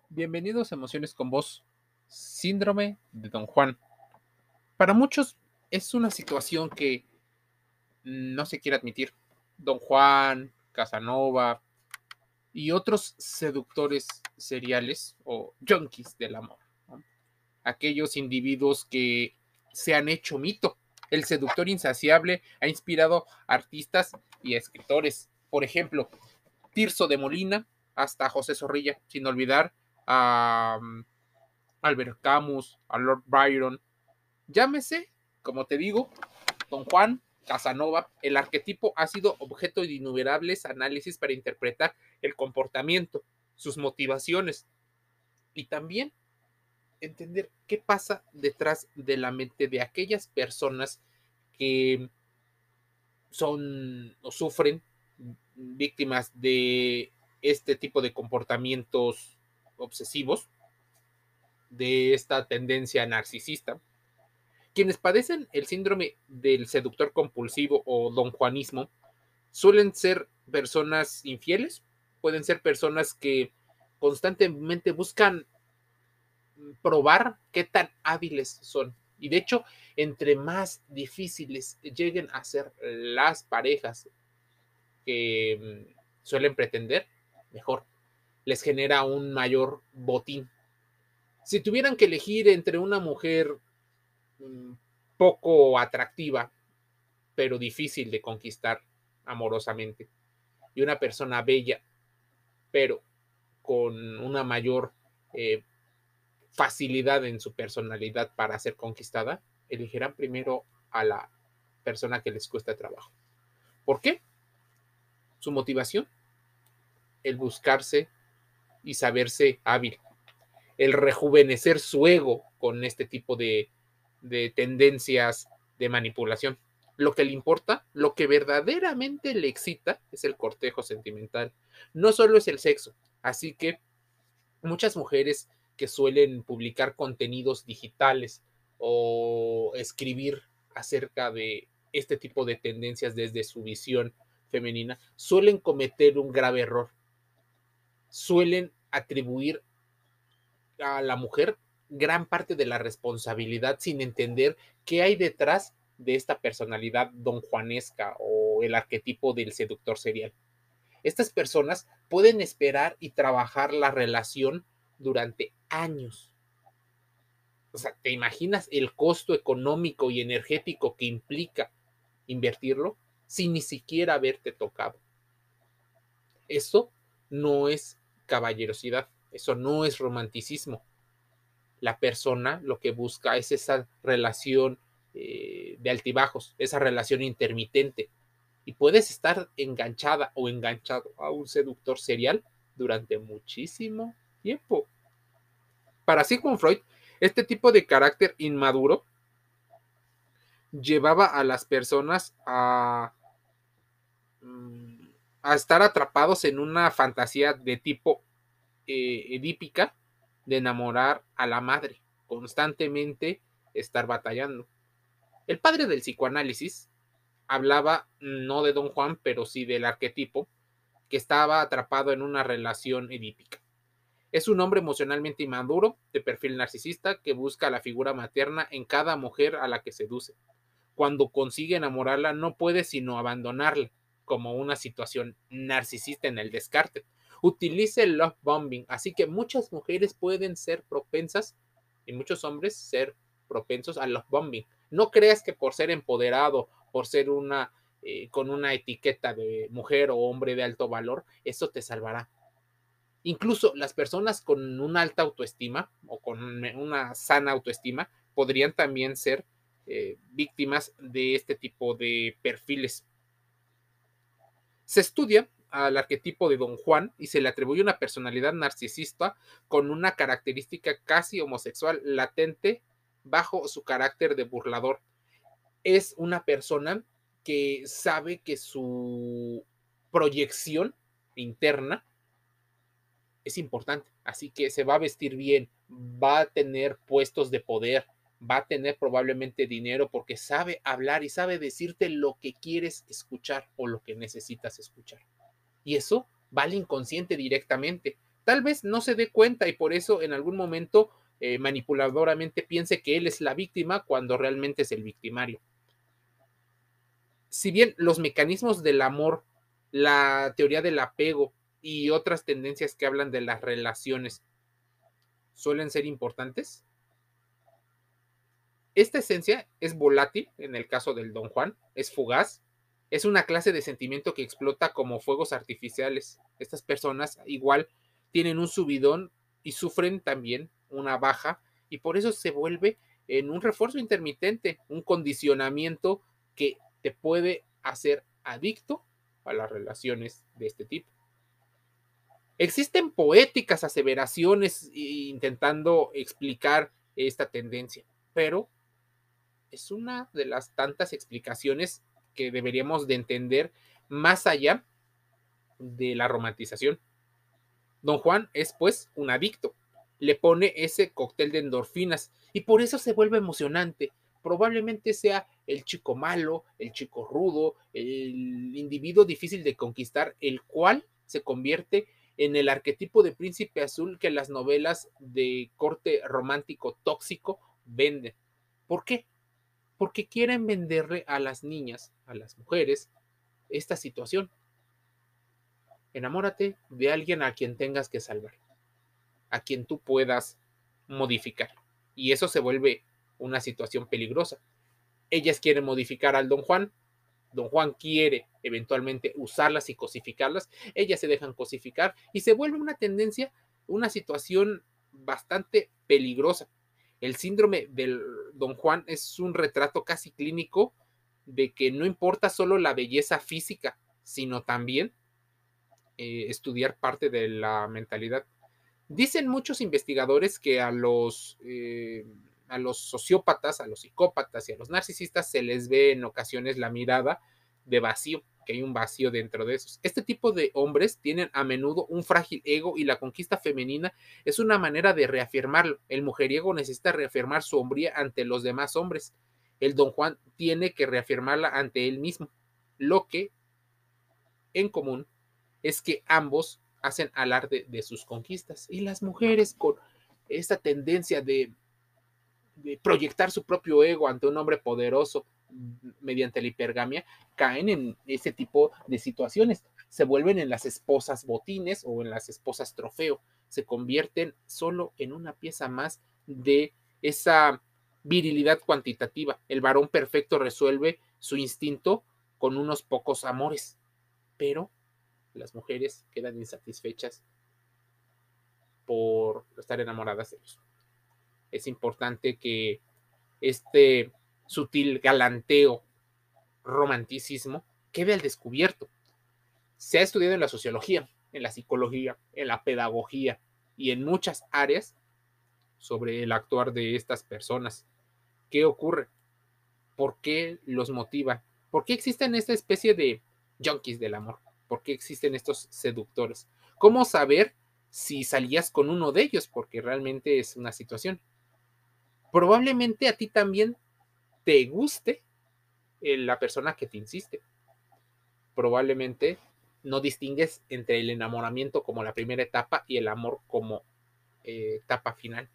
Bienvenidos a Emociones con Vos. Síndrome de Don Juan. Para muchos es una situación que no se quiere admitir. Don Juan, Casanova y otros seductores seriales o junkies del amor, ¿no? Aquellos individuos que se han hecho mito. El seductor insaciable ha inspirado a artistas y a escritores. Por ejemplo, Tirso de Molina hasta José Zorrilla, sin olvidar a Albert Camus, a Lord Byron. Llámese, como te digo, Don Juan, Casanova. El arquetipo ha sido objeto de innumerables análisis para interpretar el comportamiento, sus motivaciones y también entender qué pasa detrás de la mente de aquellas personas que son o sufren víctimas de este tipo de comportamientos obsesivos, de esta tendencia narcisista. Quienes padecen el síndrome del seductor compulsivo o donjuanismo suelen ser personas infieles, pueden ser personas que constantemente buscan probar qué tan hábiles son. Y de hecho, entre más difíciles lleguen a ser las parejas que suelen pretender, mejor. Les genera un mayor botín. Si tuvieran que elegir entre una mujer mm, poco atractiva pero difícil de conquistar amorosamente, y una persona bella, pero con una mayor eh, facilidad en su personalidad para ser conquistada, elegirán primero a la persona que les cuesta trabajo. ¿Por qué? Su motivación, el buscarse y saberse hábil, el rejuvenecer su ego con este tipo de tendencias de manipulación. Lo que le importa, lo que verdaderamente le excita es el cortejo sentimental. No solo es el sexo. Así que muchas mujeres que suelen publicar contenidos digitales o escribir acerca de este tipo de tendencias desde su visión femenina, suelen cometer un grave error. Suelen atribuir a la mujer gran parte de la responsabilidad sin entender qué hay detrás de esta personalidad donjuanesca o el arquetipo del seductor serial. Estas personas pueden esperar y trabajar la relación durante años. O sea, ¿te imaginas el costo económico y energético que implica invertirlo sin ni siquiera haberte tocado? Eso no es caballerosidad, eso no es romanticismo. La persona lo que busca es esa relación de altibajos, esa relación intermitente. Y puedes estar enganchada o enganchado a un seductor serial durante muchísimo tiempo. Para Sigmund Freud, este tipo de carácter inmaduro llevaba a las personas a estar atrapados en una fantasía de tipo edípica de enamorar a la madre, constantemente estar batallando. El padre del psicoanálisis hablaba no de Don Juan, pero sí del arquetipo que estaba atrapado en una relación edípica. Es un hombre emocionalmente inmaduro, de perfil narcisista, que busca a la figura materna en cada mujer a la que seduce. Cuando consigue enamorarla, no puede sino abandonarla, como una situación narcisista en el descarte. Utiliza el love bombing, así que muchas mujeres pueden ser propensas y muchos hombres ser propensos al love bombing. No creas que por ser empoderado, por ser con una etiqueta de mujer o hombre de alto valor, eso te salvará. Incluso las personas con una alta autoestima o con una sana autoestima podrían también ser víctimas de este tipo de perfiles. Se estudia al arquetipo de Don Juan y se le atribuye una personalidad narcisista con una característica casi homosexual latente bajo su carácter de burlador. Es una persona que sabe que su proyección interna es importante. Así que se va a vestir bien, va a tener puestos de poder, va a tener probablemente dinero porque sabe hablar y sabe decirte lo que quieres escuchar o lo que necesitas escuchar. Y eso va al inconsciente directamente. tal vez no se dé cuenta y por eso en algún momento manipuladoramente piense que él es la víctima cuando realmente es el victimario. Si bien los mecanismos del amor, la teoría del apego y otras tendencias que hablan de las relaciones suelen ser importantes, esta esencia es volátil en el caso del Don Juan, es fugaz, es una clase de sentimiento que explota como fuegos artificiales. Estas personas igual tienen un subidón y sufren también una baja y por eso se vuelve en un refuerzo intermitente, un condicionamiento que te puede hacer adicto a las relaciones de este tipo. Existen poéticas aseveraciones intentando explicar esta tendencia, pero es una de las tantas explicaciones que deberíamos de entender más allá de la romantización. Don Juan es pues un adicto, le pone ese cóctel de endorfinas y por eso se vuelve emocionante. Probablemente sea el chico malo, el chico rudo, el individuo difícil de conquistar, el cual se convierte en el arquetipo de príncipe azul que las novelas de corte romántico tóxico venden. ¿Por qué? Porque quieren venderle a las niñas, a las mujeres, esta situación. Enamórate de alguien a quien tengas que salvar, a quien tú puedas modificar. Y eso se vuelve una situación peligrosa. Ellas quieren modificar al Don Juan quiere eventualmente usarlas y cosificarlas, ellas se dejan cosificar y se vuelve una tendencia, una situación bastante peligrosa. El síndrome del Don Juan es un retrato casi clínico de que no importa solo la belleza física, sino también estudiar parte de la mentalidad. Dicen muchos investigadores que a los sociópatas, a los psicópatas y a los narcisistas se les ve en ocasiones la mirada de vacío, que hay un vacío dentro de esos. Este tipo de hombres tienen a menudo un frágil ego y la conquista femenina es una manera de reafirmarlo. El mujeriego necesita reafirmar su hombría ante los demás hombres. El Don Juan tiene que reafirmarla ante él mismo. Lo que en común es que ambos hacen alarde de sus conquistas. Y las mujeres con esta tendencia de proyectar su propio ego ante un hombre poderoso mediante la hipergamia, caen en ese tipo de situaciones. Se vuelven en las esposas botines o en las esposas trofeo. Se convierten solo en una pieza más de esa virilidad cuantitativa. El varón perfecto resuelve su instinto con unos pocos amores, pero las mujeres quedan insatisfechas por estar enamoradas de ellos. Es importante que este sutil galanteo, romanticismo, quede al descubierto. Se ha estudiado en la sociología, en la psicología, en la pedagogía y en muchas áreas sobre el actuar de estas personas. ¿Qué ocurre? ¿Por qué los motiva? ¿Por qué existen esta especie de junkies del amor? ¿Por qué existen estos seductores? ¿Cómo saber si salías con uno de ellos? Porque realmente es una situación. Probablemente a ti también te guste la persona que te insiste. Probablemente no distingues entre el enamoramiento como la primera etapa y el amor como etapa final.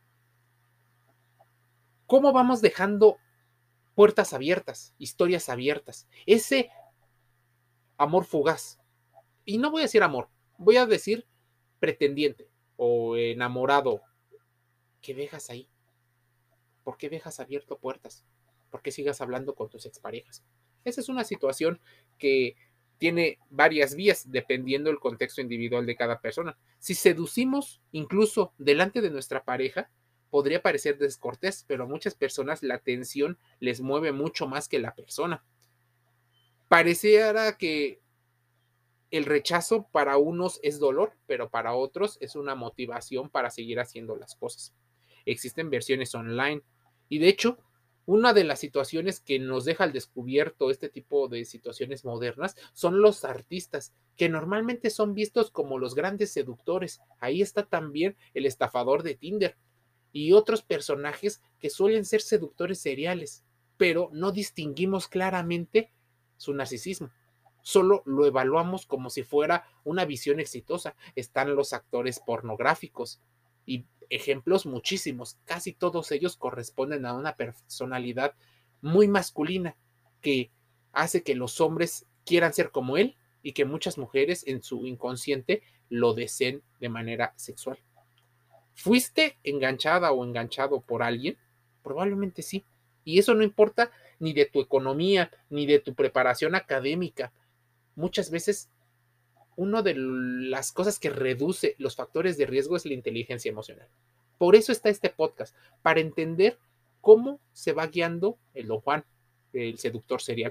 ¿Cómo vamos dejando puertas abiertas, historias abiertas? Ese amor fugaz. Y no voy a decir amor, voy a decir pretendiente o enamorado. ¿Qué dejas ahí? ¿Por qué dejas abierto puertas? ¿Por qué sigas hablando con tus exparejas? Esa es una situación que tiene varias vías dependiendo del contexto individual de cada persona. Si seducimos incluso delante de nuestra pareja, podría parecer descortés, pero a muchas personas la atención les mueve mucho más que la persona. Pareciera que el rechazo para unos es dolor, pero para otros es una motivación para seguir haciendo las cosas. Existen versiones online y de hecho, una de las situaciones que nos deja al descubierto este tipo de situaciones modernas son los artistas, que normalmente son vistos como los grandes seductores. Ahí está también el estafador de Tinder y otros personajes que suelen ser seductores seriales, pero no distinguimos claramente su narcisismo, solo lo evaluamos como si fuera una visión exitosa. Están los actores pornográficos y ejemplos muchísimos. Casi todos ellos corresponden a una personalidad muy masculina que hace que los hombres quieran ser como él y que muchas mujeres en su inconsciente lo deseen de manera sexual. ¿Fuiste enganchada o enganchado por alguien? Probablemente sí. Y eso no importa ni de tu economía, ni de tu preparación académica. Muchas veces, una de las cosas que reduce los factores de riesgo es la inteligencia emocional. Por eso está este podcast, para entender cómo se va guiando el Don Juan, el seductor serial.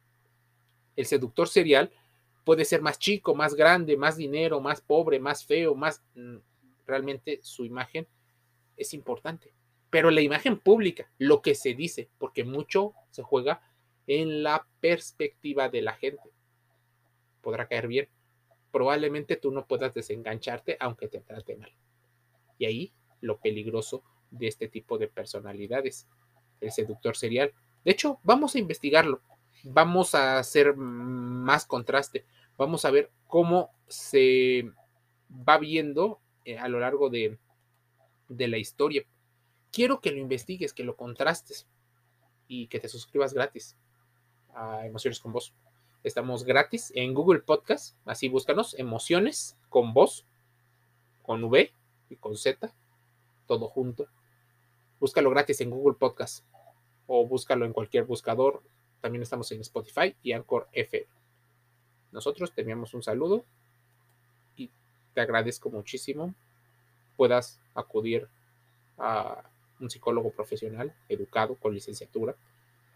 El seductor serial puede ser más chico, más grande, más dinero, más pobre, más feo, más... Realmente su imagen es importante. Pero la imagen pública, lo que se dice, porque mucho se juega en la perspectiva de la gente. Podrá caer bien. Probablemente tú no puedas desengancharte aunque te trate mal. Y ahí lo peligroso de este tipo de personalidades, el seductor serial. De hecho, vamos a investigarlo. Vamos a hacer más contraste. Vamos a ver cómo se va viendo a lo largo de la historia. Quiero que lo investigues, que lo contrastes y que te suscribas gratis a Emociones con Voz. Estamos gratis en Google Podcast, así búscanos, Emociones con Voz, con V y con Z, todo junto. Búscalo gratis en Google Podcast o búscalo en cualquier buscador. También estamos en Spotify y Anchor FM. Nosotros te enviamos un saludo y te agradezco muchísimo puedas acudir a un psicólogo profesional, educado, con licenciatura,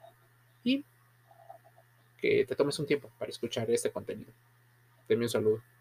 y que te tomes un tiempo para escuchar este contenido. Te envío un saludo.